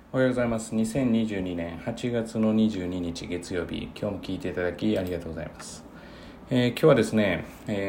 おはようございます。2022年8月の22日月曜日、今日も聞いていただきありがとうございます。今日はですね、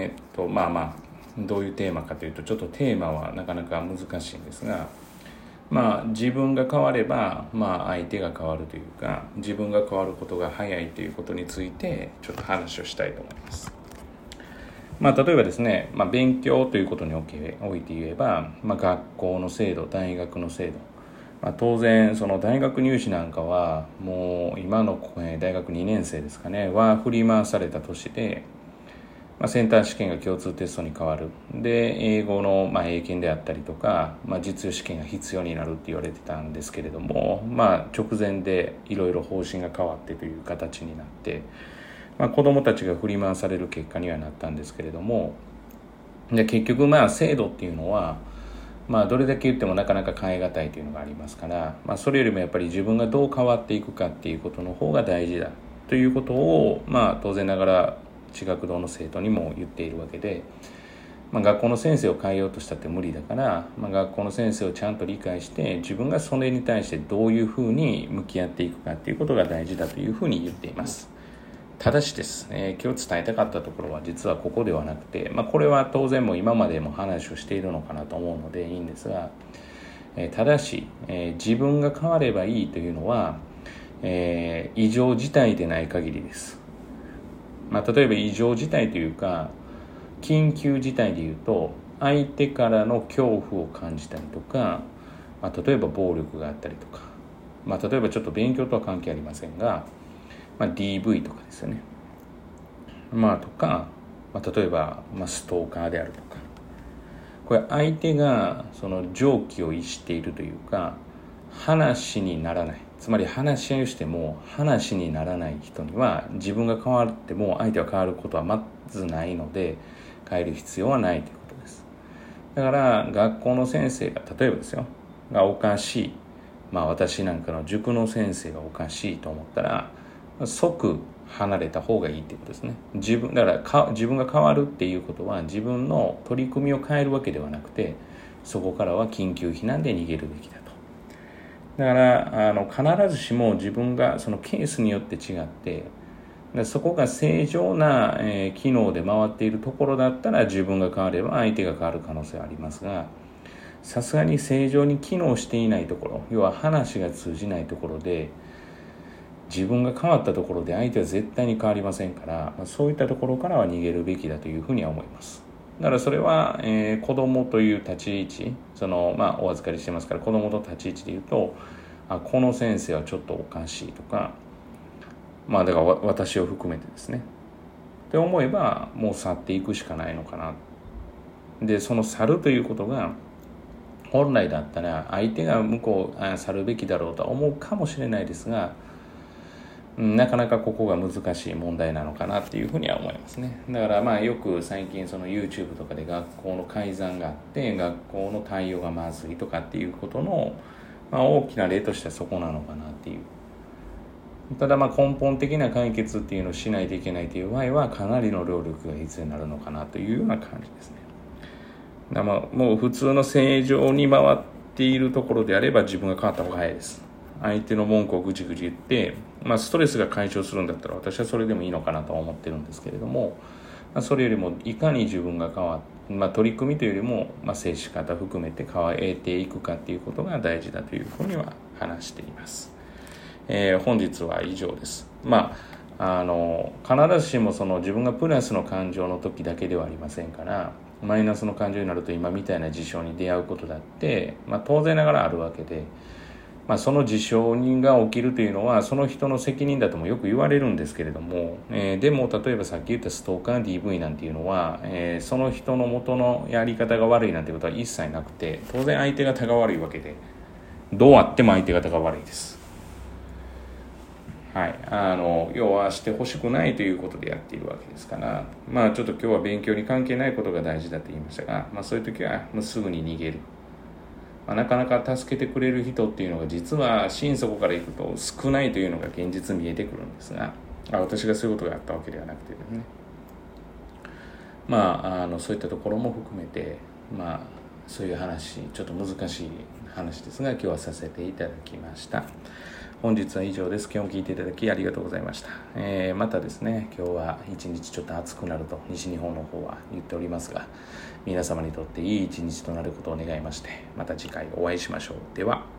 どういうテーマかというと、ちょっとテーマはなかなか難しいんですが、自分が変われば、相手が変わるというか、自分が変わることが早いということについて、ちょっと話をしたいと思います。例えばですね、勉強ということにおいて言えば、学校の制度、大学の制度、当然その大学入試なんかはもう今の大学2年生ですかねは振り回された年で、センター試験が共通テストに変わるで英語の英検であったりとか、実用試験が必要になるって言われてたんですけれども、直前でいろいろ方針が変わってという形になって、子どもたちが振り回される結果にはなったんですけれども、で結局制度っていうのはどれだけ言ってもなかなか変え難いというのがありますから、それよりもやっぱり自分がどう変わっていくかっていうことの方が大事だということを、当然ながら地学堂の生徒にも言っているわけで、学校の先生を変えようとしたって無理だから、学校の先生をちゃんと理解して自分がそれに対してどういうふうに向き合っていくかっていうことが大事だというふうに言っています。ただしですね、今日伝えたかったところは実はここではなくて、これは当然も今までも話をしているのかなと思うのでいいんですが、ただし、自分が変わればいいというのは、異常事態でない限りです。例えば異常事態というか緊急事態でいうと、相手からの恐怖を感じたりとか、例えば暴力があったりとか、例えばちょっと勉強とは関係ありませんが、DV とかですよね。とか、例えば、ストーカーであるとか、これ相手がその常軌を逸しているというか、話にならない、つまり話し合いをしても話にならない人には、自分が変わっても相手は変わることはまずないので、変える必要はないということです。だから学校の先生が例えばですよがおかしい、私なんかの塾の先生がおかしいと思ったら即離れた方がいいっていうことですね。自分が変わるっていうことは、自分の取り組みを変えるわけではなくて、そこからは緊急避難で逃げるべきだと。だから必ずしも自分がそのケースによって違って、そこが正常な、機能で回っているところだったら、自分が変われば相手が変わる可能性はありますが、さすがに正常に機能していないところ、要は話が通じないところで、自分が変わったところで相手は絶対に変わりませんから、そういったところからは逃げるべきだというふうには思います。だからそれは、子供という立ち位置、お預かりしてますから、子供の立ち位置で言うと、この先生はちょっとおかしいとか、だから私を含めてですねって思えば、もう去っていくしかないのかな。でその去るということが、本来だったら相手が向こう去るべきだろうとは思うかもしれないですが、なかなかここが難しい問題なのかなっていうふうには思いますね。だからよく最近その YouTube とかで学校の改ざんがあって、学校の対応がまずいとかっていうことの、大きな例としてはそこなのかなっていう。ただ根本的な解決っていうのをしないといけないという場合は、かなりの労力が必要になるのかなというような感じですね。だからもう普通の正常に回っているところであれば、自分が変わった方が早いです。相手の文句をぐちぐち言って、ストレスが解消するんだったら、私はそれでもいいのかなとは思ってるんですけれども、それよりもいかに自分が変わって、取り組みというよりも、接し方含めて変えていくかということが大事だというふうには話しています。本日は以上です。必ずしもその自分がプラスの感情の時だけではありませんから、マイナスの感情になると今みたいな事象に出会うことだって、当然ながらあるわけで、その事象が起きるというのはその人の責任だともよく言われるんですけれども、でも例えばさっき言ったストーカー DV なんていうのは、その人の元のやり方が悪いなんてことは一切なくて、当然相手方が悪いわけで、どうあっても相手方が悪いです。要はしてほしくないということでやっているわけですから、ちょっと今日は勉強に関係ないことが大事だと言いましたが、そういう時はもうすぐに逃げる。なかなか助けてくれる人っていうのが実は心底からいくと少ないというのが現実見えてくるんですが、私がそういうことがあったわけではなくてですね、そういったところも含めて、そういう話、ちょっと難しい話ですが、今日はさせていただきました。本日は以上です。今日も聞いていただきありがとうございました。またですね、今日は一日ちょっと暑くなると西日本の方は言っておりますが、皆様にとっていい一日となることを願いまして、また次回お会いしましょう。では。